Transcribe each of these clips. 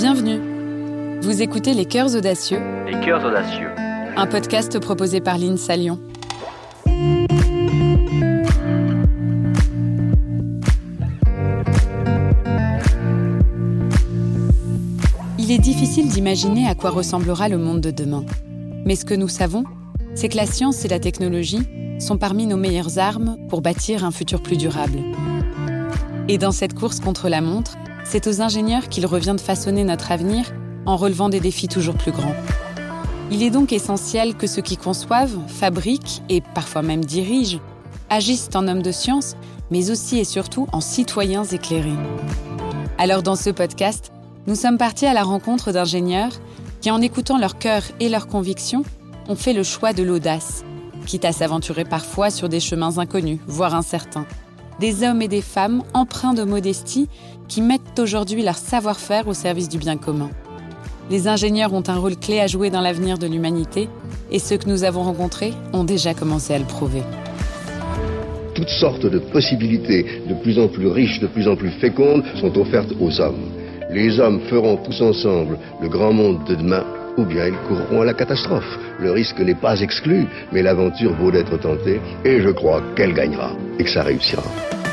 Bienvenue. Vous écoutez Les Cœurs Audacieux. Les Cœurs Audacieux. Un podcast proposé par l'INSA Lyon. Il est difficile d'imaginer à quoi ressemblera le monde de demain. Mais ce que nous savons, c'est que la science et la technologie sont parmi nos meilleures armes pour bâtir un futur plus durable. Et dans cette course contre la montre, c'est aux ingénieurs qu'il revient de façonner notre avenir en relevant des défis toujours plus grands. Il est donc essentiel que ceux qui conçoivent, fabriquent et parfois même dirigent agissent en hommes de science, mais aussi et surtout en citoyens éclairés. Alors dans ce podcast, nous sommes partis à la rencontre d'ingénieurs qui, en écoutant leur cœur et leurs convictions, ont fait le choix de l'audace, quitte à s'aventurer parfois sur des chemins inconnus, voire incertains. Des hommes et des femmes empreints de modestie qui mettent aujourd'hui leur savoir-faire au service du bien commun. Les ingénieurs ont un rôle clé à jouer dans l'avenir de l'humanité et ceux que nous avons rencontrés ont déjà commencé à le prouver. Toutes sortes de possibilités de plus en plus riches, de plus en plus fécondes sont offertes aux hommes. Les hommes feront tous ensemble le grand monde de demain, ou bien ils courront à la catastrophe. Le risque n'est pas exclu, mais l'aventure vaut d'être tentée, et je crois qu'elle gagnera, et que ça réussira.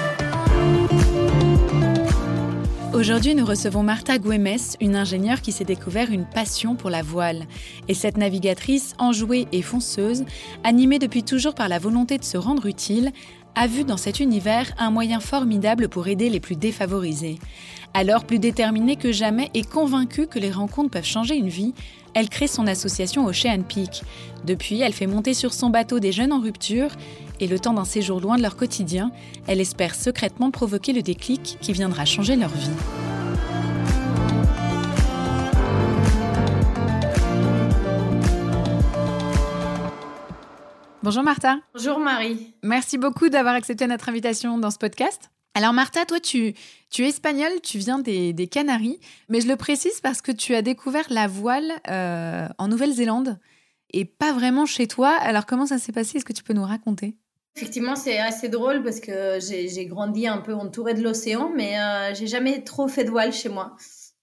Aujourd'hui, nous recevons Marta Güemes, une ingénieure qui s'est découvert une passion pour la voile. Et cette navigatrice enjouée et fonceuse, animée depuis toujours par la volonté de se rendre utile, a vu dans cet univers un moyen formidable pour aider les plus défavorisés. Alors, plus déterminée que jamais et convaincue que les rencontres peuvent changer une vie, elle crée son association Ocean Peak. Depuis, elle fait monter sur son bateau des jeunes en rupture et le temps d'un séjour loin de leur quotidien, elle espère secrètement provoquer le déclic qui viendra changer leur vie. Bonjour Marta. Bonjour Marie. Merci beaucoup d'avoir accepté notre invitation dans ce podcast. Alors Marta, toi tu es espagnole, tu viens des Canaries, mais je le précise parce que tu as découvert la voile en Nouvelle-Zélande et pas vraiment chez toi. Alors comment ça s'est passé ? Est-ce que tu peux nous raconter ? Effectivement, c'est assez drôle parce que j'ai grandi un peu entourée de l'océan, mais j'ai jamais trop fait de voile chez moi.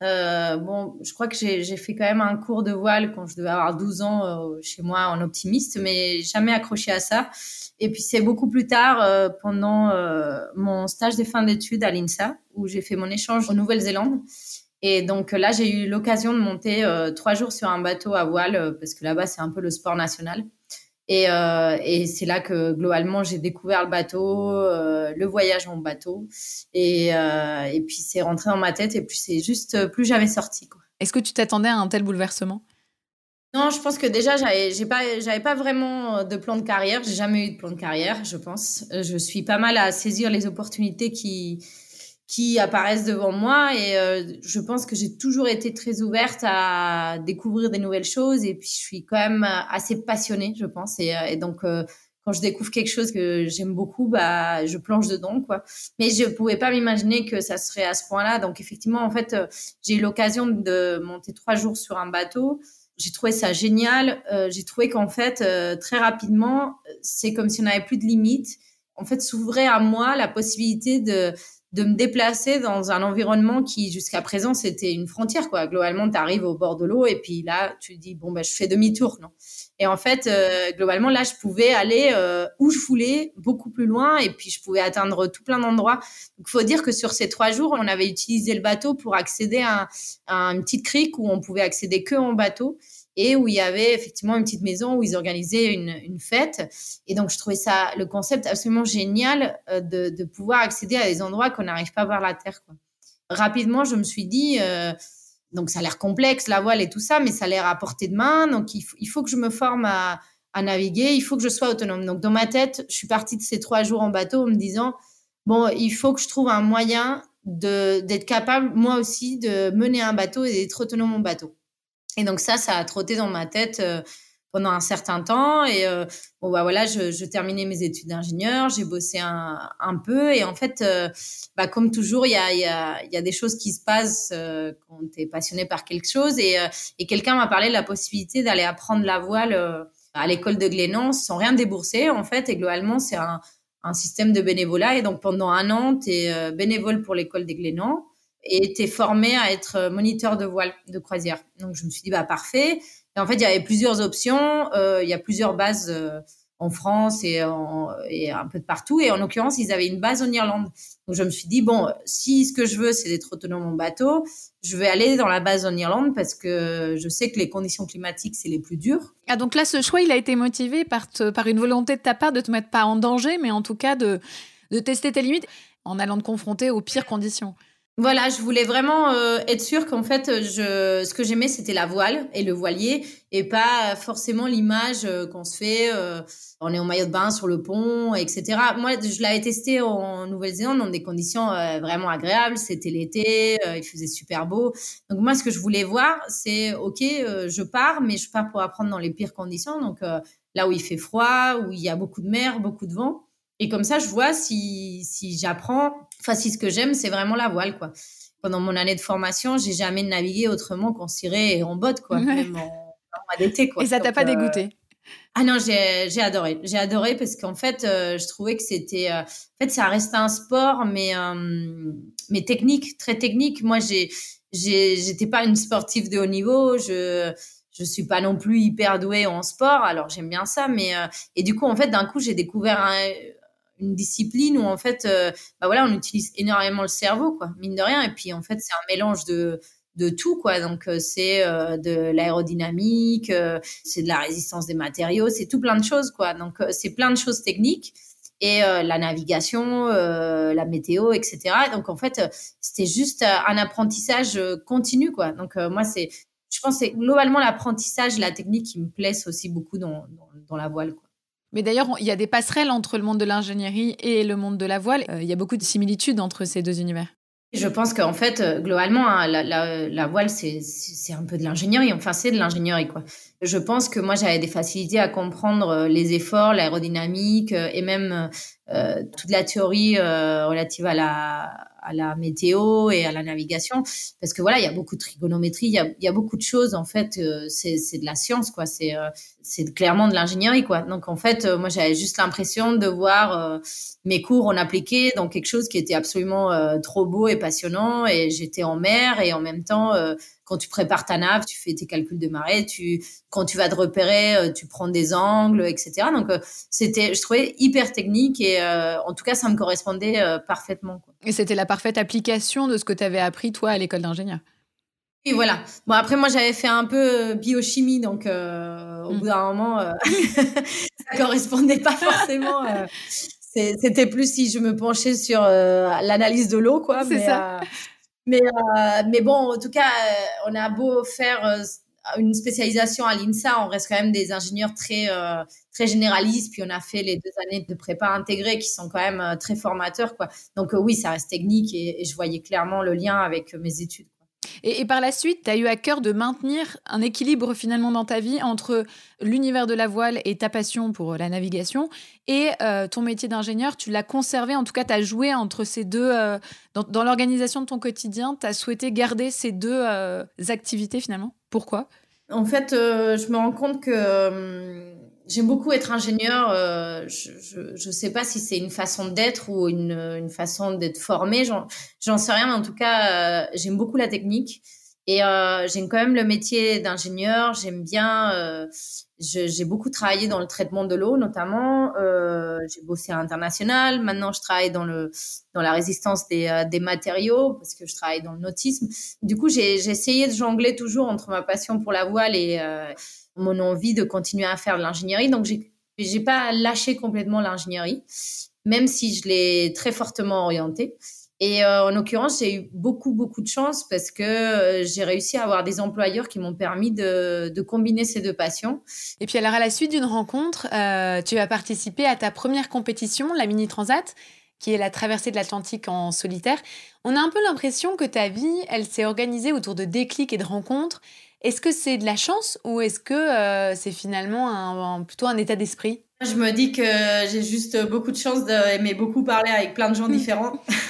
Je crois que j'ai fait quand même un cours de voile quand je devais avoir 12 ans chez moi en optimiste, mais jamais accroché à ça. Et puis c'est beaucoup plus tard, pendant mon stage de fin d'études à l'INSA, où j'ai fait mon échange en Nouvelle-Zélande. Et donc là, j'ai eu l'occasion de monter 3 jours sur un bateau à voile, parce que là-bas, c'est un peu le sport national. Et c'est là que globalement j'ai découvert le bateau, le voyage en bateau, et puis c'est rentré dans ma tête et puis c'est juste plus jamais sorti, quoi. Est-ce que tu t'attendais à un tel bouleversement ? Non, je pense que déjà j'avais pas vraiment de plan de carrière, j'ai jamais eu de plan de carrière, je pense. Je suis pas mal à saisir les opportunités qui apparaissent devant moi et je pense que j'ai toujours été très ouverte à découvrir des nouvelles choses et puis je suis quand même assez passionnée, je pense, et donc quand je découvre quelque chose que j'aime beaucoup, je plonge dedans, quoi. Mais je pouvais pas m'imaginer que ça serait à ce point-là. Donc effectivement, en fait, j'ai eu l'occasion de monter 3 jours sur un bateau. J'ai trouvé ça génial. J'ai trouvé qu'en fait, très rapidement, c'est comme si on n'avait plus de limites. En fait, s'ouvrait à moi la possibilité de me déplacer dans un environnement qui, jusqu'à présent, c'était une frontière, quoi. Globalement, tu arrives au bord de l'eau et puis là, tu te dis, je fais demi-tour, non? Et en fait, globalement, là, je pouvais aller où je voulais, beaucoup plus loin, et puis je pouvais atteindre tout plein d'endroits. Donc, faut dire que sur ces 3 jours, on avait utilisé le bateau pour accéder à une petite crique où on pouvait accéder que en bateau, et où il y avait effectivement une petite maison où ils organisaient une fête. Et donc, je trouvais ça, le concept absolument génial de pouvoir accéder à des endroits qu'on n'arrive pas à voir la terre, quoi. Rapidement, je me suis dit, donc ça a l'air complexe, la voile et tout ça, mais ça a l'air à portée de main. Donc, il faut que je me forme à naviguer, il faut que je sois autonome. Donc, dans ma tête, je suis partie de ces 3 jours en bateau en me disant, il faut que je trouve un moyen d'être capable, moi aussi, de mener un bateau et d'être autonome en bateau. Et donc ça a trotté dans ma tête pendant un certain temps. Et voilà, je terminais mes études d'ingénieur, j'ai bossé un peu. Et en fait, comme toujours, il y a des choses qui se passent quand tu es passionné par quelque chose. Et quelqu'un m'a parlé de la possibilité d'aller apprendre la voile à l'école de Glénan sans rien débourser, en fait. Et globalement, c'est un système de bénévolat. Et donc, pendant 1 an, tu es bénévole pour l'école des Glénan. et était formée à être moniteur de voile de croisière. Donc, je me suis dit, parfait. Et en fait, il y avait plusieurs options. Il y a plusieurs bases en France et un peu de partout. Et en l'occurrence, ils avaient une base en Irlande. Donc, je me suis dit, bon, si ce que je veux, c'est d'être autonome en bateau, je vais aller dans la base en Irlande parce que je sais que les conditions climatiques, c'est les plus dures. Ah, donc là, ce choix, il a été motivé par une volonté de ta part de te mettre pas en danger, mais en tout cas de tester tes limites en allant te confronter aux pires conditions. Voilà, je voulais vraiment être sûre qu'en fait, ce que j'aimais, c'était la voile et le voilier et pas forcément l'image qu'on se fait. On est en maillot de bain sur le pont, etc. Moi, je l'avais testé en Nouvelle-Zélande dans des conditions vraiment agréables. C'était l'été, il faisait super beau. Donc moi, ce que je voulais voir, c'est OK, je pars, mais je pars pour apprendre dans les pires conditions. Donc là où il fait froid, où il y a beaucoup de mer, beaucoup de vent. Et comme ça, je vois si j'apprends, si ce que j'aime, c'est vraiment la voile, quoi. Pendant mon année de formation, j'ai jamais navigué autrement qu'en ciré et en botte, quoi, même en mois d'été, quoi. Et ça t'a pas dégoûté? Ah non, j'ai adoré. J'ai adoré parce qu'en fait, je trouvais que c'était... en fait, ça restait un sport, mais technique, très technique. Moi, j'étais pas une sportive de haut niveau. Je suis pas non plus hyper douée en sport. Alors, j'aime bien ça, mais... et du coup, en fait, d'un coup, j'ai découvert une discipline où en fait on utilise énormément le cerveau, quoi, mine de rien, et puis en fait c'est un mélange de tout, quoi. Donc c'est de l'aérodynamique, c'est de la résistance des matériaux, c'est tout plein de choses, quoi. Donc c'est plein de choses techniques et la navigation, la météo, etc. Donc en fait c'était juste un apprentissage continu, quoi. Donc moi je pense que c'est globalement l'apprentissage, la technique qui me plaisent aussi beaucoup dans la voile, quoi. Mais d'ailleurs, il y a des passerelles entre le monde de l'ingénierie et le monde de la voile. Il y a beaucoup de similitudes entre ces deux univers. Je pense qu'en fait, globalement, hein, la voile, c'est un peu de l'ingénierie. Enfin, c'est de l'ingénierie, quoi. Je pense que moi, j'avais des facilités à comprendre les efforts, l'aérodynamique et même toute la théorie relative à la météo et à la navigation. Parce que voilà, il y a beaucoup de trigonométrie, il y a beaucoup de choses. En fait, c'est de la science, quoi. C'est clairement de l'ingénierie, quoi. Donc, en fait, moi, j'avais juste l'impression de voir mes cours en appliqué dans quelque chose qui était absolument trop beau et passionnant. Et j'étais en mer et en même temps, quand tu prépares ta nave, tu fais tes calculs de marée. Quand tu vas te repérer, tu prends des angles, etc. Donc, je trouvais hyper technique et en tout cas, ça me correspondait parfaitement, quoi. Et c'était la parfaite application de ce que tu avais appris, toi, à l'école d'ingénieur. Et voilà. Bon, après, moi, j'avais fait un peu biochimie, donc au bout d'un moment, ça correspondait pas forcément. C'était plus si je me penchais sur l'analyse de l'eau, quoi. C'est ça. Mais bon, en tout cas, on a beau faire une spécialisation à l'INSA, on reste quand même des ingénieurs très très généralistes. Puis on a fait les 2 années de prépa intégrée qui sont quand même très formateurs, quoi. Donc oui, ça reste technique et je voyais clairement le lien avec mes études. Et par la suite, tu as eu à cœur de maintenir un équilibre finalement dans ta vie entre l'univers de la voile et ta passion pour la navigation et ton métier d'ingénieur. Tu l'as conservé, en tout cas, tu as joué entre ces deux. Dans l'organisation de ton quotidien, tu as souhaité garder ces deux activités finalement. Pourquoi ? En fait, je me rends compte que j'aime beaucoup être ingénieur. Je sais pas si c'est une façon d'être ou une façon d'être formée. J'en sais rien, mais en tout cas, j'aime beaucoup la technique. Et j'aime quand même le métier d'ingénieur. J'aime bien... j'ai beaucoup travaillé dans le traitement de l'eau, notamment. J'ai bossé à l'international. Maintenant, je travaille dans la résistance des matériaux parce que je travaille dans le nautisme. Du coup, j'ai essayé de jongler toujours entre ma passion pour la voile et mon envie de continuer à faire de l'ingénierie. Donc, j'ai pas lâché complètement l'ingénierie, même si je l'ai très fortement orientée. Et en l'occurrence, j'ai eu beaucoup, beaucoup de chance parce que j'ai réussi à avoir des employeurs qui m'ont permis de combiner ces deux passions. Et puis alors, à la suite d'une rencontre, tu as participé à ta première compétition, la Mini Transat, qui est la traversée de l'Atlantique en solitaire. On a un peu l'impression que ta vie, elle s'est organisée autour de déclics et de rencontres. Est-ce que c'est de la chance ou est-ce que c'est finalement plutôt un état d'esprit ? Je me dis que j'ai juste beaucoup de chance d'aimer beaucoup parler avec plein de gens différents.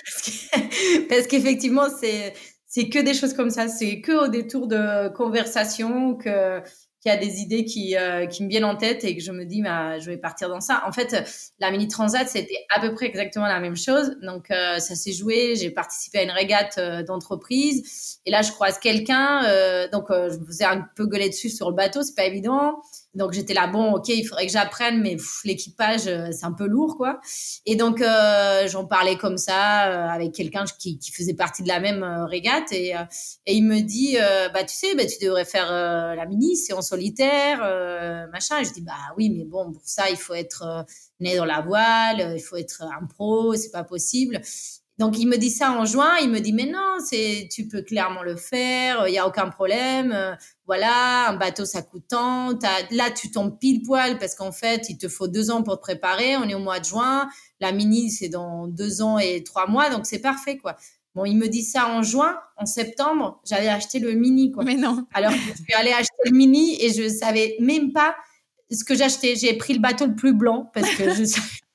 Parce qu'effectivement, c'est que des choses comme ça. C'est que au détour de conversations qu'il qu'il y a des idées qui me viennent en tête et que je me dis, bah, je vais partir dans ça. En fait, la Mini Transat, c'était à peu près exactement la même chose. Donc, ça s'est joué. J'ai participé à une régate d'entreprise. Et là, je croise quelqu'un. Je me faisais un peu gueuler dessus sur le bateau. C'est pas évident. Donc, j'étais là, bon, OK, il faudrait que j'apprenne, mais l'équipage, c'est un peu lourd, quoi. Et donc, j'en parlais comme ça avec quelqu'un qui faisait partie de la même régate. Et il me dit, tu sais, tu devrais faire la Mini, c'est en solitaire, machin. Et je dis, bah oui, mais bon, pour ça, il faut être né dans la voile, il faut être un pro, c'est pas possible. Donc, il me dit ça en juin. Il me dit, mais non, tu peux clairement le faire. Il y a aucun problème. Voilà, un bateau, ça coûte tant. Là, tu tombes pile poil parce qu'en fait, il te faut 2 ans pour te préparer. On est au mois de juin. La Mini, c'est dans 2 ans et 3 mois. Donc, c'est parfait, quoi. Bon, il me dit ça en juin. En septembre, j'avais acheté le Mini, quoi. Mais non. Alors, je suis allée acheter le Mini et je savais même pas ce que j'achetais. J'ai pris le bateau le plus blanc parce que je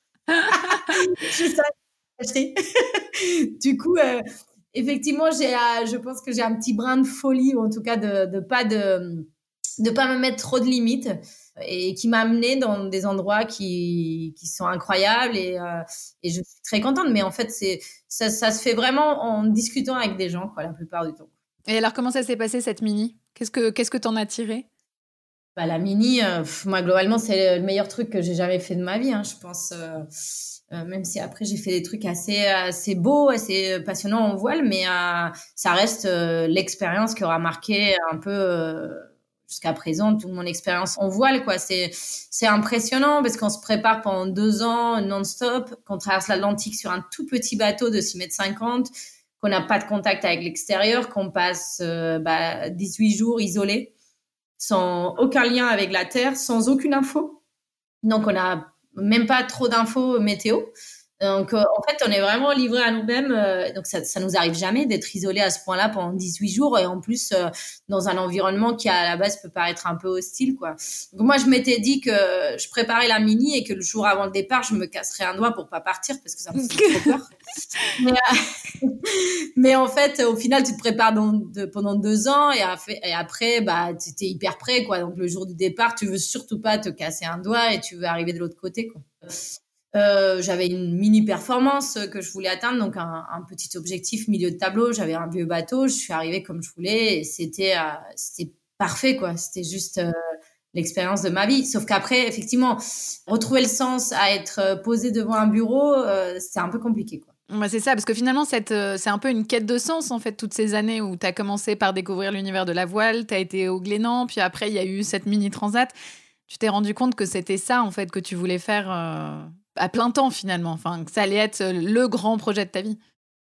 savais acheter. Du coup, effectivement, je pense que j'ai un petit brin de folie, ou en tout cas de pas me mettre trop de limites, et qui m'a amenée dans des endroits qui sont incroyables, et je suis très contente. Mais en fait, ça se fait vraiment en discutant avec des gens, quoi, la plupart du temps. Et alors, comment ça s'est passé, cette Mini ? Qu'est-ce que t'en as tiré ? La Mini, moi, globalement, c'est le meilleur truc que j'ai jamais fait de ma vie, hein, je pense. Même si après j'ai fait des trucs assez beaux, assez passionnants en voile, mais ça reste l'expérience qui aura marqué un peu jusqu'à présent toute mon expérience en voile, quoi. C'est impressionnant parce qu'on se prépare pendant 2 ans non-stop, qu'on traverse l'Atlantique sur un tout petit bateau de 6,50 m, qu'on n'a pas de contact avec l'extérieur, qu'on passe 18 jours isolés, sans aucun lien avec la Terre, sans aucune info. Donc, on n'a même pas trop d'infos météo. Donc, en fait, on est vraiment livrés à nous-mêmes. Donc, ça nous arrive jamais d'être isolés à ce point-là pendant 18 jours. Et en plus, dans un environnement qui, à la base, peut paraître un peu hostile, quoi. Donc, moi, je m'étais dit que je préparais la Mini et que le jour avant le départ, je me casserais un doigt pour pas partir parce que ça me fait trop peur. Mais en fait, au final, tu te prépares pendant 2 ans et après, tu es hyper prêt, quoi. Donc, le jour du départ, tu veux surtout pas te casser un doigt et tu veux arriver de l'autre côté, quoi. J'avais une mini performance que je voulais atteindre, donc un petit objectif milieu de tableau. J'avais un vieux bateau, je suis arrivée comme je voulais et c'était parfait, quoi. C'était juste l'expérience de ma vie. Sauf qu'après, effectivement, retrouver le sens à être posé devant un bureau, c'est un peu compliqué, quoi. Bah, c'est ça, parce que finalement, c'est un peu une quête de sens, en fait, toutes ces années où tu as commencé par découvrir l'univers de la voile, tu as été au Glénan, puis après, il y a eu cette Mini Transat. Tu t'es rendu compte que c'était ça, en fait, que tu voulais faire à plein temps, finalement. Enfin, que ça allait être le grand projet de ta vie.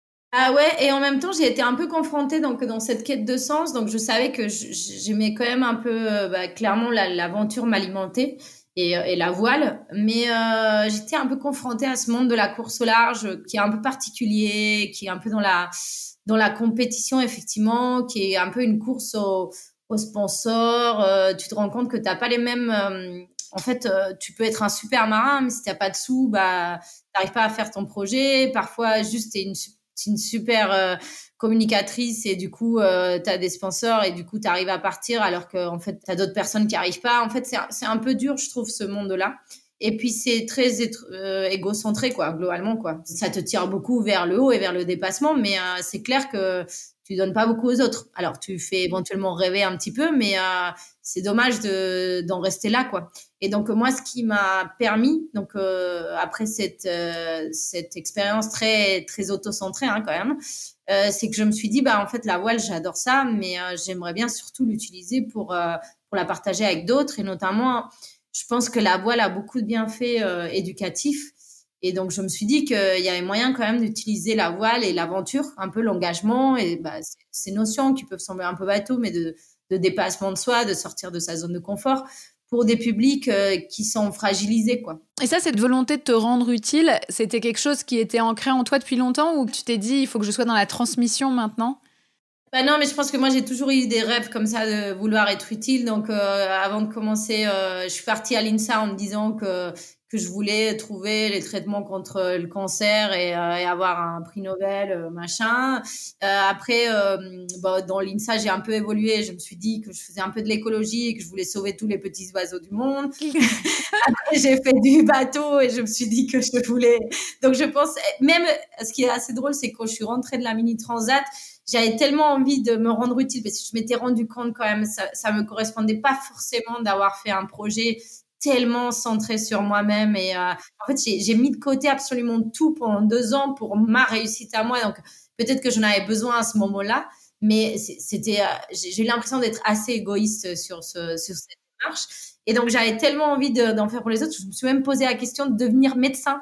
Ah ouais, et en même temps, j'ai été un peu confrontée donc, dans cette quête de sens. Donc, je savais que j'aimais quand même un peu, clairement, l'aventure m'alimentait. Et la voile, mais j'étais un peu confrontée à ce monde de la course au large qui est un peu particulier, qui est un peu dans la compétition, effectivement, qui est un peu une course aux sponsors. Tu te rends compte que t'as pas les mêmes... en fait, tu peux être un super marin, mais si t'as pas de sous, t'arrives pas à faire ton projet. Parfois, juste t'es une super communicatrice et du coup t'as des sponsors et du coup t'arrives à partir alors que en fait t'as d'autres personnes qui arrivent pas. En fait, c'est un peu dur, je trouve, ce monde-là. Et puis c'est très égocentré, quoi, globalement, quoi. Ça te tire beaucoup vers le haut et vers le dépassement, mais c'est clair que tu donnes pas beaucoup aux autres. Alors tu fais éventuellement rêver un petit peu, mais c'est dommage d'en rester là, quoi. Et donc moi, ce qui m'a permis, donc après cette expérience très très autocentrée, hein, quand même, c'est que je me suis dit, en fait, la voile, j'adore ça, mais j'aimerais bien surtout l'utiliser pour la partager avec d'autres, et notamment, je pense que la voile a beaucoup de bienfaits éducatifs. Et donc, je me suis dit qu'il y avait moyen quand même d'utiliser la voile et l'aventure, un peu l'engagement et ces notions qui peuvent sembler un peu bateaux, mais de dépassement de soi, de sortir de sa zone de confort pour des publics qui sont fragilisés, quoi. Et ça, cette volonté de te rendre utile, c'était quelque chose qui était ancré en toi depuis longtemps ou tu t'es dit, il faut que je sois dans la transmission maintenant ? Bah non, mais je pense que moi, j'ai toujours eu des rêves comme ça de vouloir être utile. Donc, avant de commencer, je suis partie à l'INSA en me disant que je voulais trouver les traitements contre le cancer et avoir un prix Nobel, machin. Après, bah, dans l'INSA, j'ai un peu évolué. Je me suis dit que je faisais un peu de l'écologie et que je voulais sauver tous les petits oiseaux du monde. Après, j'ai fait du bateau et je me suis dit que je voulais. Donc, je pense, même, ce qui est assez drôle, c'est que quand je suis rentrée de la Mini Transat, j'avais tellement envie de me rendre utile parce que je m'étais rendu compte quand même, ça me correspondait pas forcément d'avoir fait un projet tellement centré sur moi-même. Et en fait, j'ai mis de côté absolument tout pendant 2 ans pour ma réussite à moi. Donc, peut-être que j'en avais besoin à ce moment-là, mais c'était, j'ai eu l'impression d'être assez égoïste sur cette démarche. Et donc, j'avais tellement envie d'en faire pour les autres, je me suis même posé la question de devenir médecin.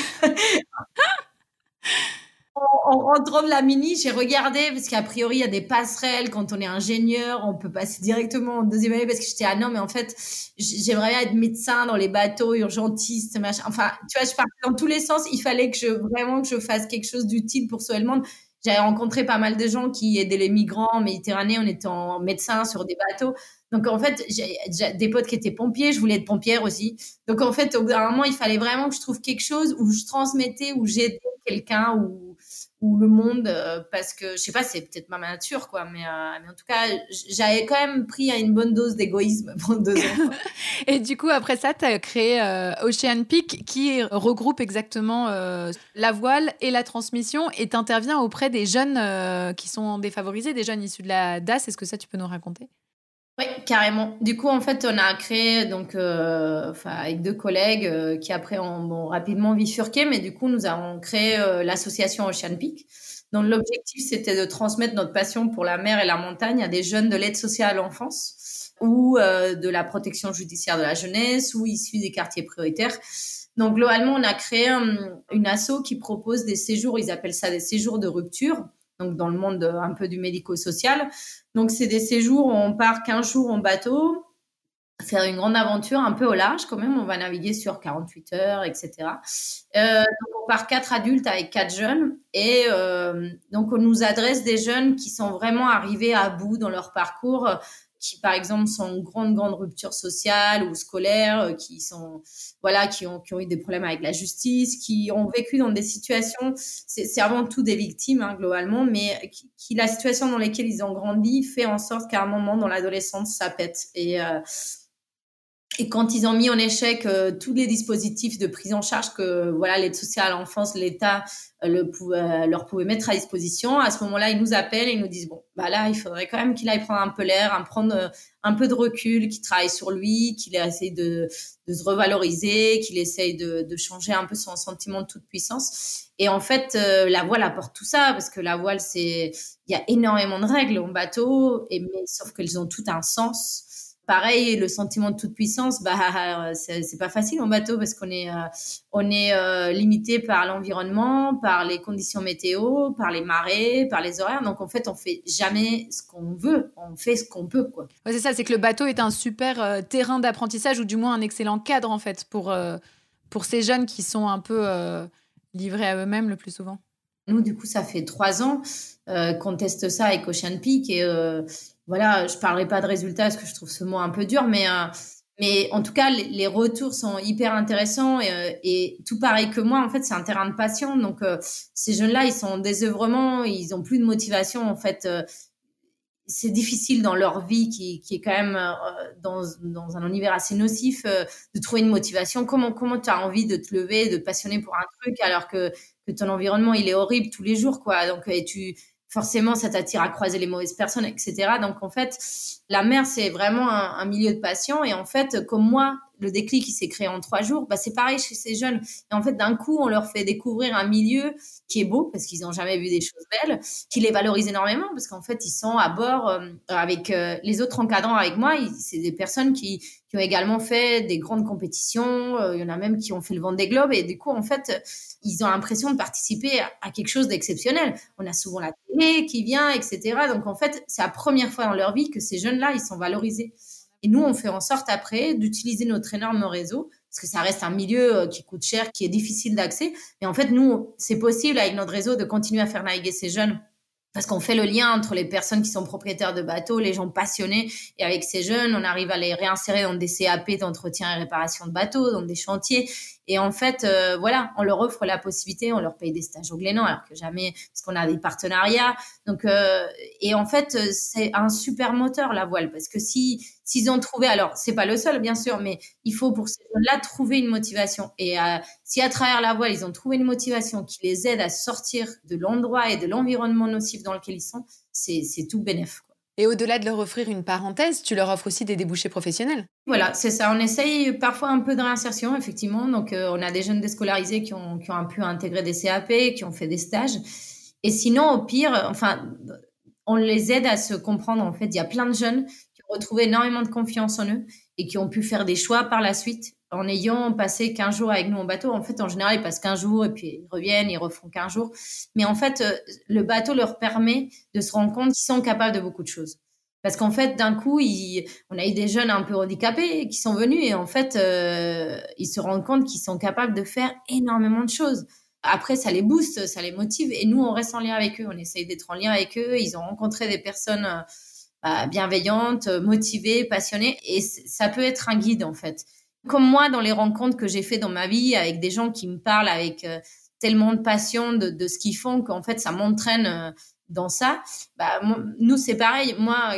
En rentrant de la Mini, j'ai regardé, parce qu'a priori, il y a des passerelles. Quand on est ingénieur, on peut passer directement en deuxième année, parce que j'étais, ah non, mais en fait, j'aimerais bien être médecin dans les bateaux, urgentiste, machin. Enfin, tu vois, je partais dans tous les sens. Il fallait vraiment que je fasse quelque chose d'utile pour sauver le monde. J'avais rencontré pas mal de gens qui aidaient les migrants en Méditerranée. On était en médecin sur des bateaux. Donc, en fait, j'ai des potes qui étaient pompiers. Je voulais être pompière aussi. Donc, en fait, au bout d'un moment, il fallait vraiment que je trouve quelque chose où je transmettais, où j'aidais quelqu'un, ou le monde, parce que je sais pas, c'est peut-être ma nature, quoi, mais en tout cas, j'avais quand même pris une bonne dose d'égoïsme pendant 2 ans, quoi. Et du coup, après ça, tu as créé Ocean Peak qui regroupe exactement la voile et la transmission, et tu interviens auprès des jeunes qui sont défavorisés, des jeunes issus de la DAS. Est-ce que ça, tu peux nous raconter? Oui, carrément. Du coup, en fait, on a créé, donc, avec 2 collègues qui après ont rapidement bifurqué, mais du coup, nous avons créé l'association Ocean Peak. Donc, l'objectif, c'était de transmettre notre passion pour la mer et la montagne à des jeunes de l'aide sociale à l'enfance ou de la protection judiciaire de la jeunesse ou issus des quartiers prioritaires. Donc, globalement, on a créé une asso qui propose des séjours, ils appellent ça des séjours de rupture, donc dans le monde un peu du médico-social. Donc, c'est des séjours où on part 15 jours en bateau, faire une grande aventure un peu au large quand même. On va naviguer sur 48 heures, etc. Donc, on part 4 adultes avec 4 jeunes. Et donc, on nous adresse des jeunes qui sont vraiment arrivés à bout dans leur parcours, qui, par exemple, sont en grande rupture sociale ou scolaire, qui ont eu des problèmes avec la justice, qui ont vécu dans des situations, c'est avant tout des victimes, hein, globalement, mais la situation dans laquelle ils ont grandi fait en sorte qu'à un moment dans l'adolescence, ça pète. Et quand ils ont mis en échec tous les dispositifs de prise en charge que l'aide sociale à l'enfance, l'État leur pouvait mettre à disposition, à ce moment-là, ils nous appellent et ils nous disent bon, bah là, il faudrait quand même qu'il aille prendre un peu l'air, prendre un peu de recul, qu'il travaille sur lui, qu'il essaye de se revaloriser, qu'il essaye de changer un peu son sentiment de toute puissance. Et en fait, la voile apporte tout ça, parce que la voile, il y a énormément de règles en bateau, mais sauf qu'elles ont tout un sens. Pareil, le sentiment de toute puissance, c'est pas facile en bateau parce qu'on est limité par l'environnement, par les conditions météo, par les marées, par les horaires. Donc en fait, on fait jamais ce qu'on veut, on fait ce qu'on peut, quoi. Ouais, c'est ça, c'est que le bateau est un super terrain d'apprentissage, ou du moins un excellent cadre en fait pour ces jeunes qui sont un peu livrés à eux-mêmes le plus souvent. Nous, du coup, ça fait 3 ans qu'on teste ça avec Ocean Peak et je parlerai pas de résultats parce que je trouve ce mot un peu dur, mais en tout cas, les retours sont hyper intéressants et tout pareil que moi, en fait, c'est un terrain de passion. Donc, ces jeunes-là, ils sont en désœuvrement, ils ont plus de motivation, en fait. C'est difficile dans leur vie qui est quand même dans un univers assez nocif de trouver une motivation. Comment tu as envie de te lever, de te passionner pour un truc alors que ton environnement, il est horrible tous les jours, quoi. Donc, forcément, ça t'attire à croiser les mauvaises personnes, etc. Donc, en fait, la mer, c'est vraiment un milieu de passion. Et en fait, comme moi, le déclic qui s'est créé en 3 jours, c'est pareil chez ces jeunes. Et en fait, d'un coup, on leur fait découvrir un milieu qui est beau parce qu'ils n'ont jamais vu des choses belles, qui les valorise énormément parce qu'en fait, ils sont à bord avec les autres encadrants avec moi. C'est des personnes qui ont également fait des grandes compétitions. Il y en a même qui ont fait le Vendée Globe. Et du coup, en fait, ils ont l'impression de participer à quelque chose d'exceptionnel. On a souvent la télé qui vient, etc. Donc, en fait, c'est la première fois dans leur vie que ces jeunes-là, ils sont valorisés. Et nous, on fait en sorte après d'utiliser notre énorme réseau, parce que ça reste un milieu qui coûte cher, qui est difficile d'accès. Et en fait, nous, c'est possible avec notre réseau de continuer à faire naviguer ces jeunes Parce qu'on fait le lien entre les personnes qui sont propriétaires de bateaux, les gens passionnés, et avec ces jeunes, on arrive à les réinsérer dans des CAP d'entretien et réparation de bateaux, dans des chantiers. Et en fait, voilà, on leur offre la possibilité, on leur paye des stages au Glénan, alors que jamais, parce qu'on a des partenariats. Donc, et en fait, c'est un super moteur, la voile, parce que s'ils ont trouvé, alors c'est pas le seul, bien sûr, mais il faut pour ces jeunes-là trouver une motivation. Et si à travers la voile, ils ont trouvé une motivation qui les aide à sortir de l'endroit et de l'environnement nocif dans lequel ils sont, c'est tout bénef. Et au-delà de leur offrir une parenthèse, tu leur offres aussi des débouchés professionnels. Voilà, c'est ça. On essaye parfois un peu de réinsertion, effectivement. Donc, on a des jeunes déscolarisés qui ont pu intégrer des CAP, qui ont fait des stages. Et sinon, au pire, enfin, on les aide à se comprendre. En fait, il y a plein de jeunes qui ont retrouvé énormément de confiance en eux et qui ont pu faire des choix par la suite en ayant passé 15 jours avec nous en bateau. En fait, en général, ils passent 15 jours et puis ils reviennent, ils refont 15 jours. Mais en fait, le bateau leur permet de se rendre compte qu'ils sont capables de beaucoup de choses. Parce qu'en fait, d'un coup, on a eu des jeunes un peu handicapés qui sont venus et en fait, ils se rendent compte qu'ils sont capables de faire énormément de choses. Après, ça les booste, ça les motive et nous, on reste en lien avec eux. On essaye d'être en lien avec eux. Ils ont rencontré des personnes bienveillantes, motivées, passionnées et ça peut être un guide en fait. Comme moi, dans les rencontres que j'ai fait dans ma vie avec des gens qui me parlent avec tellement de passion de ce qu'ils font qu'en fait, ça m'entraîne dans ça. Nous, c'est pareil. Moi,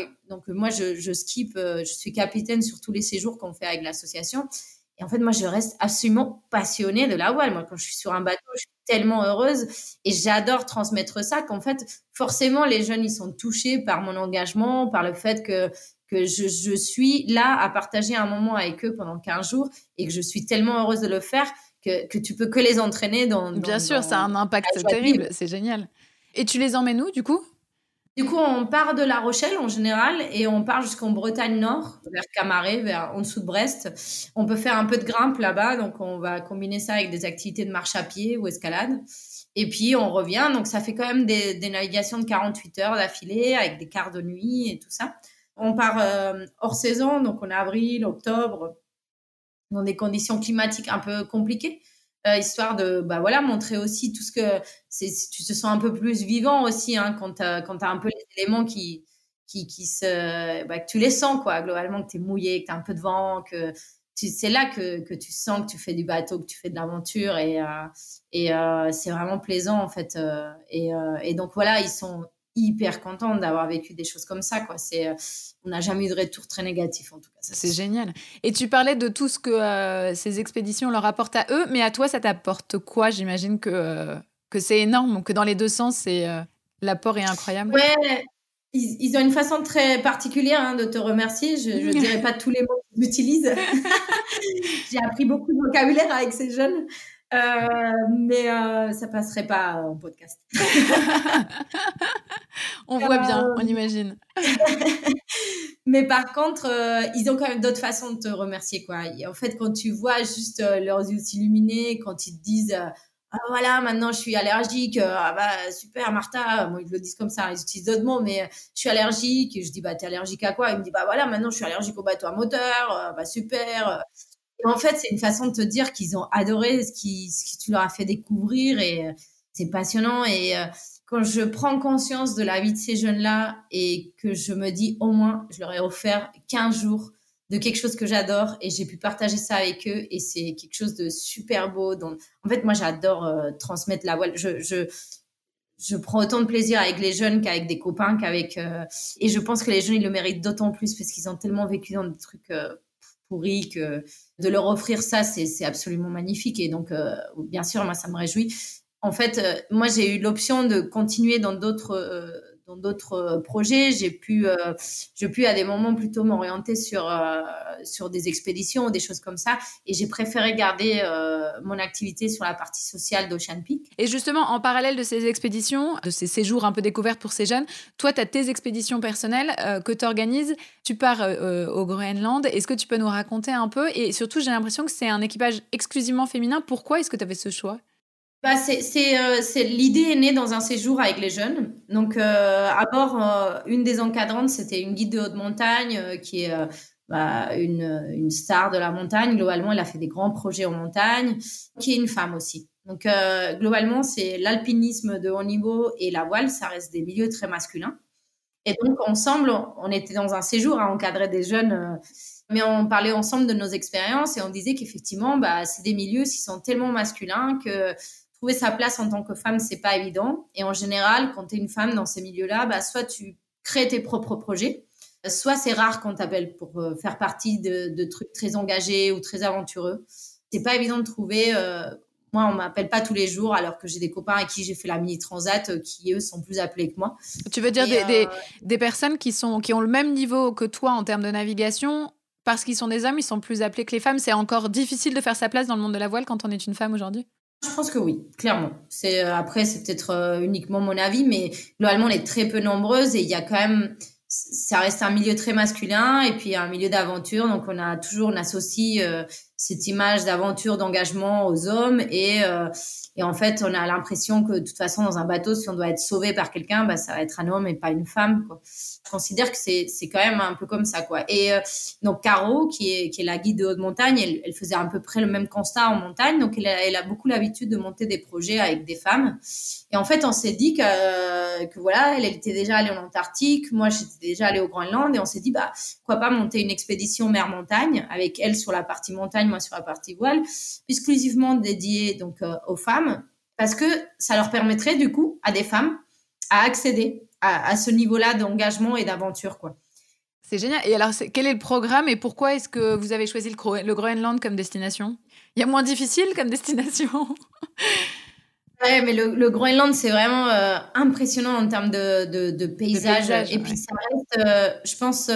je skip, je suis capitaine sur tous les séjours qu'on fait avec l'association. Et en fait, moi, je reste absolument passionnée de la voile. Moi, quand je suis sur un bateau, je suis tellement heureuse et j'adore transmettre ça qu'en fait, forcément, les jeunes, ils sont touchés par mon engagement, par le fait que je suis là à partager un moment avec eux pendant 15 jours et que je suis tellement heureuse de le faire que tu peux que les entraîner dans Bien sûr, ça a un impact terrible. C'est génial. Et tu les emmènes où, du coup ? Du coup, on part de La Rochelle en général et on part jusqu'en Bretagne Nord, vers Camaret, en dessous de Brest. On peut faire un peu de grimpe là-bas, donc on va combiner ça avec des activités de marche à pied ou escalade. Et puis, on revient, donc ça fait quand même des navigations de 48 heures d'affilée avec des quarts de nuit et tout ça. On part hors saison, donc en avril, octobre, dans des conditions climatiques un peu compliquées. Histoire de montrer aussi tout ce que tu te sens un peu plus vivant aussi quand t'as un peu les éléments qui que tu les sens quoi, globalement, que t'es mouillé, que t'as un peu de vent, que c'est là que tu sens que tu fais du bateau, que tu fais de l'aventure et c'est vraiment plaisant en fait et donc voilà, ils sont hyper contente d'avoir vécu des choses comme ça quoi. On n'a jamais eu de retour très négatif en tout cas. C'est génial. Et tu parlais de tout ce que ces expéditions leur apportent à eux, mais à toi ça t'apporte quoi ? J'imagine que c'est énorme, que dans les deux sens l'apport est incroyable. Ouais, ils ont une façon très particulière de te remercier. Je ne dirais pas tous les mots qu'ils utilisent. J'ai appris beaucoup de vocabulaire avec ces jeunes. Mais ça passerait pas en podcast. On voit bien, on imagine. Mais par contre, ils ont quand même d'autres façons de te remercier, quoi. Et en fait, quand tu vois juste leurs yeux s'illuminer, quand ils te disent ah voilà, maintenant je suis allergique, super Martha, moi ils le disent comme ça, ils utilisent d'autres mots, mais je suis allergique. Et je dis t'es allergique à quoi ? Il me dit voilà, maintenant je suis allergique au bateau à moteur, super. Et en fait, c'est une façon de te dire qu'ils ont adoré ce que tu leur as fait découvrir et c'est passionnant. Et quand je prends conscience de la vie de ces jeunes-là et que je me dis au moins, je leur ai offert 15 jours de quelque chose que j'adore et j'ai pu partager ça avec eux et c'est quelque chose de super beau. Donc, en fait, moi, j'adore transmettre la voile. Je prends autant de plaisir avec les jeunes qu'avec des copains, et je pense que les jeunes, ils le méritent d'autant plus parce qu'ils ont tellement vécu dans des trucs pourris que de leur offrir ça, c'est absolument magnifique. Et donc, bien sûr, moi, ça me réjouit. En fait, moi, j'ai eu l'option de continuer dans d'autres projets. J'ai pu à des moments plutôt m'orienter sur des expéditions ou des choses comme ça. Et j'ai préféré garder mon activité sur la partie sociale d'Ocean Peak. Et justement, en parallèle de ces expéditions, de ces séjours un peu découvertes pour ces jeunes, toi, tu as tes expéditions personnelles que tu organises. Tu pars au Groenland. Est-ce que tu peux nous raconter un peu ? Et surtout, j'ai l'impression que c'est un équipage exclusivement féminin. Pourquoi est-ce que tu avais ce choix ? L'idée est née dans un séjour avec les jeunes. Donc, à bord, une des encadrantes, c'était une guide de haute montagne qui est une star de la montagne. Globalement, elle a fait des grands projets en montagne, qui est une femme aussi. Donc, globalement, c'est l'alpinisme de haut niveau et la voile, ça reste des milieux très masculins. Et donc, ensemble, on était dans un séjour à encadrer des jeunes, mais on parlait ensemble de nos expériences et on disait qu'effectivement, c'est des milieux qui sont tellement masculins que trouver sa place en tant que femme, c'est pas évident. Et en général, quand tu es une femme dans ces milieux-là, soit tu crées tes propres projets, soit c'est rare qu'on t'appelle pour faire partie de trucs très engagés ou très aventureux. C'est pas évident de trouver. Moi, on m'appelle pas tous les jours, alors que j'ai des copains avec qui j'ai fait la mini transat qui eux sont plus appelés que moi. Tu veux dire des personnes qui ont le même niveau que toi en termes de navigation, parce qu'ils sont des hommes, ils sont plus appelés que les femmes. C'est encore difficile de faire sa place dans le monde de la voile quand on est une femme aujourd'hui? Je pense que oui, clairement. Après, c'est peut-être uniquement mon avis, mais globalement, on est très peu nombreuses et il y a quand même, ça reste un milieu très masculin et puis un milieu d'aventure. Donc, on associe cette image d'aventure, d'engagement aux hommes et en fait, on a l'impression que de toute façon, dans un bateau, si on doit être sauvé par quelqu'un, ça va être un homme et pas une femme, quoi. Je considère que c'est quand même un peu comme ça, quoi. Et donc, Caro, qui est la guide de haute montagne, elle faisait à peu près le même constat en montagne. Donc, elle a beaucoup l'habitude de monter des projets avec des femmes. Et en fait, on s'est dit que voilà, elle était déjà allée en Antarctique. Moi, j'étais déjà allée au Groenland. Et on s'est dit, pourquoi pas monter une expédition mer-montagne avec elle sur la partie montagne, moi sur la partie voile, exclusivement dédiée donc aux femmes, parce que ça leur permettrait du coup à des femmes à accéder à ce niveau-là d'engagement et d'aventure, quoi. C'est génial. Et alors, quel est le programme et pourquoi est-ce que vous avez choisi le Groenland comme destination? Il y a moins difficile comme destination? Ouais, mais le Groenland, c'est vraiment impressionnant en termes de paysage. Et puis, ça reste, je pense,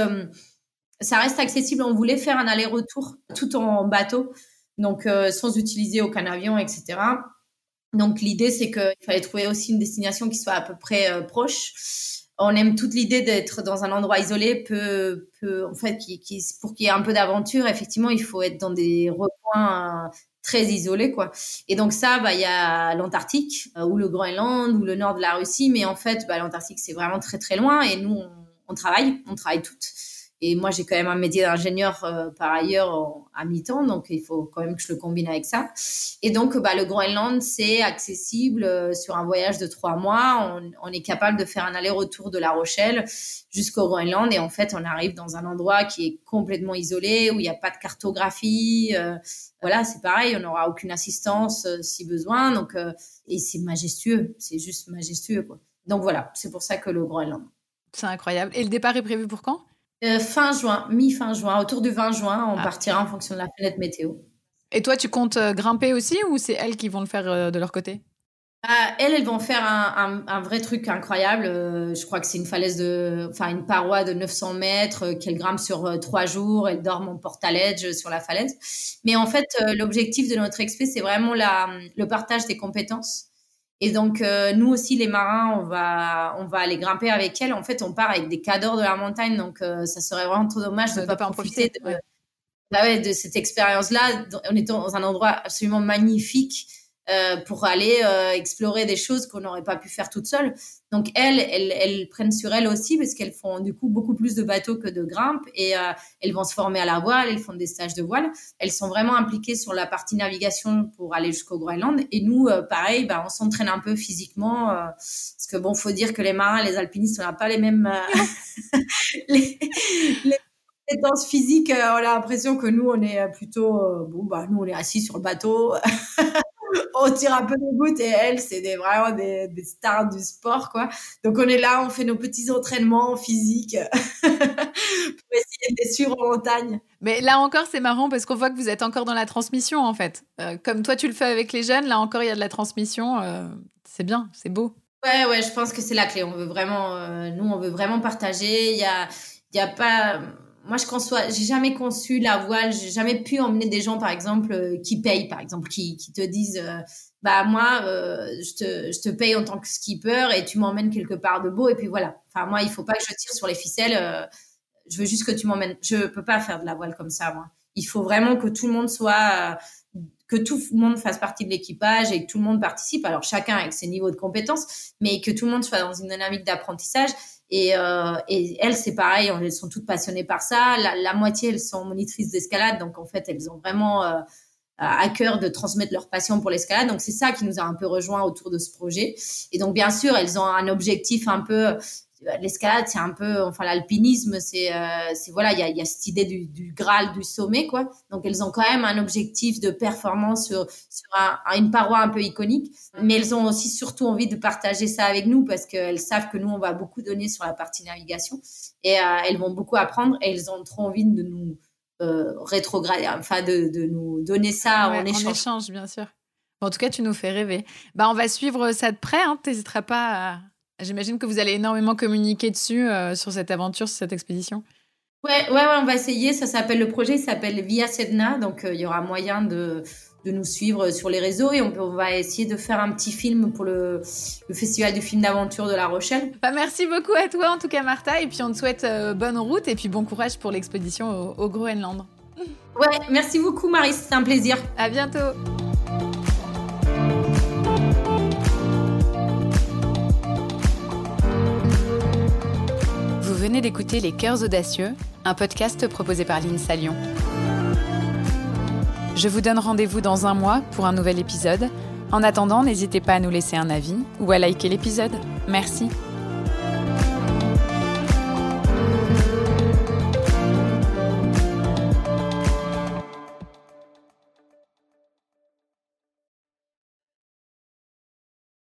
ça reste accessible. On voulait faire un aller-retour tout en bateau, donc sans utiliser aucun avion, etc. Donc, l'idée, c'est qu'il fallait trouver aussi une destination qui soit à peu près proche. On aime toute l'idée d'être dans un endroit isolé, en fait, pour qu'il y ait un peu d'aventure. Effectivement, il faut être dans des recoins très isolés, quoi. Et donc ça, il y a l'Antarctique ou le Groenland ou le nord de la Russie. Mais en fait, l'Antarctique, c'est vraiment très, très loin. Et nous, on travaille toutes. Et moi, j'ai quand même un métier d'ingénieur par ailleurs à mi-temps, donc il faut quand même que je le combine avec ça. Et donc, le Groenland, c'est accessible sur un voyage de 3 mois. On est capable de faire un aller-retour de La Rochelle jusqu'au Groenland. Et en fait, on arrive dans un endroit qui est complètement isolé, où il n'y a pas de cartographie. Voilà, c'est pareil, on n'aura aucune assistance si besoin. Donc, et c'est majestueux, c'est juste majestueux, quoi. Donc voilà, c'est pour ça que le Groenland. C'est incroyable. Et le départ est prévu pour quand ? Fin juin, mi-fin juin, autour du 20 juin, on partira en fonction de la fenêtre météo. Et toi, tu comptes grimper aussi ou c'est elles qui vont le faire de leur côté ? Elles vont faire un vrai truc incroyable. Je crois que c'est une paroi de 900 mètres qu'elles grimpent sur 3 jours. Elles dorment en portaledge sur la falaise. Mais en fait, l'objectif de notre expé, c'est vraiment le partage des compétences. Et donc, nous aussi, les marins, on va aller grimper avec elles. En fait, on part avec des cadors de la montagne. Donc, ça serait vraiment trop dommage de ne pas profiter de cette expérience-là. On est dans un endroit absolument magnifique pour aller explorer des choses qu'on n'aurait pas pu faire toute seule. Donc, elles prennent sur elles aussi parce qu'elles font du coup beaucoup plus de bateaux que de grimpe et elles vont se former à la voile, elles font des stages de voile. Elles sont vraiment impliquées sur la partie navigation pour aller jusqu'au Groenland. Et nous, pareil, on s'entraîne un peu physiquement parce que faut dire que les marins, les alpinistes, on n'a pas les mêmes les compétences physiques. On a l'impression que nous, on est plutôt nous, on est assis sur le bateau. On tire un peu des gouttes et elles, c'est vraiment des stars du sport, quoi. Donc, on est là, on fait nos petits entraînements physiques pour essayer de les suivre en montagne. Mais là encore, c'est marrant parce qu'on voit que vous êtes encore dans la transmission, en fait. Comme toi, tu le fais avec les jeunes, là encore, il y a de la transmission. C'est bien, c'est beau. Ouais, je pense que c'est la clé. On veut vraiment, nous, on veut vraiment partager. Il y a pas... Moi, j'ai jamais conçu la voile, j'ai jamais pu emmener des gens, par exemple, qui payent, par exemple, qui te disent, moi, je te paye en tant que skipper et tu m'emmènes quelque part de beau et puis voilà. Enfin, moi, il faut pas que je tire sur les ficelles. Je veux juste que tu m'emmènes. Je peux pas faire de la voile comme ça, moi. Il faut vraiment que tout le monde que tout le monde fasse partie de l'équipage et que tout le monde participe. Alors, chacun avec ses niveaux de compétences, mais que tout le monde soit dans une dynamique d'apprentissage. Et elles, c'est pareil, elles sont toutes passionnées par ça. La moitié, elles sont monitrices d'escalade, donc en fait, elles ont vraiment à cœur de transmettre leur passion pour l'escalade. Donc, c'est ça qui nous a un peu rejoint autour de ce projet. Et donc, bien sûr, elles ont un objectif un peu... L'escalade, c'est un peu... Enfin, l'alpinisme, c'est voilà, il y a cette idée du Graal, du sommet, quoi. Donc, elles ont quand même un objectif de performance sur une paroi un peu iconique. Mais elles ont aussi surtout envie de partager ça avec nous parce qu'elles savent que nous, on va beaucoup donner sur la partie navigation. Et elles vont beaucoup apprendre et elles ont trop envie de nous rétrograder, enfin, de nous donner ça en échange. En échange, bien sûr. Bon, en tout cas, tu nous fais rêver. On va suivre ça de près. Hein. T'hésiteras pas à... J'imagine que vous allez énormément communiquer dessus sur cette aventure, sur cette expédition. Ouais, on va essayer. Le projet s'appelle Via Sedna, donc il y aura moyen de nous suivre sur les réseaux et on va essayer de faire un petit film pour le festival du film d'aventure de La Rochelle. Merci beaucoup à toi en tout cas Martha et puis on te souhaite bonne route et puis bon courage pour l'expédition au Groenland. Ouais, merci beaucoup Marie, c'était un plaisir. À bientôt. Vous venez d'écouter Les Cœurs Audacieux, un podcast proposé par l'INSA Lyon. Je vous donne rendez-vous dans un mois pour un nouvel épisode. En attendant, n'hésitez pas à nous laisser un avis ou à liker l'épisode. Merci.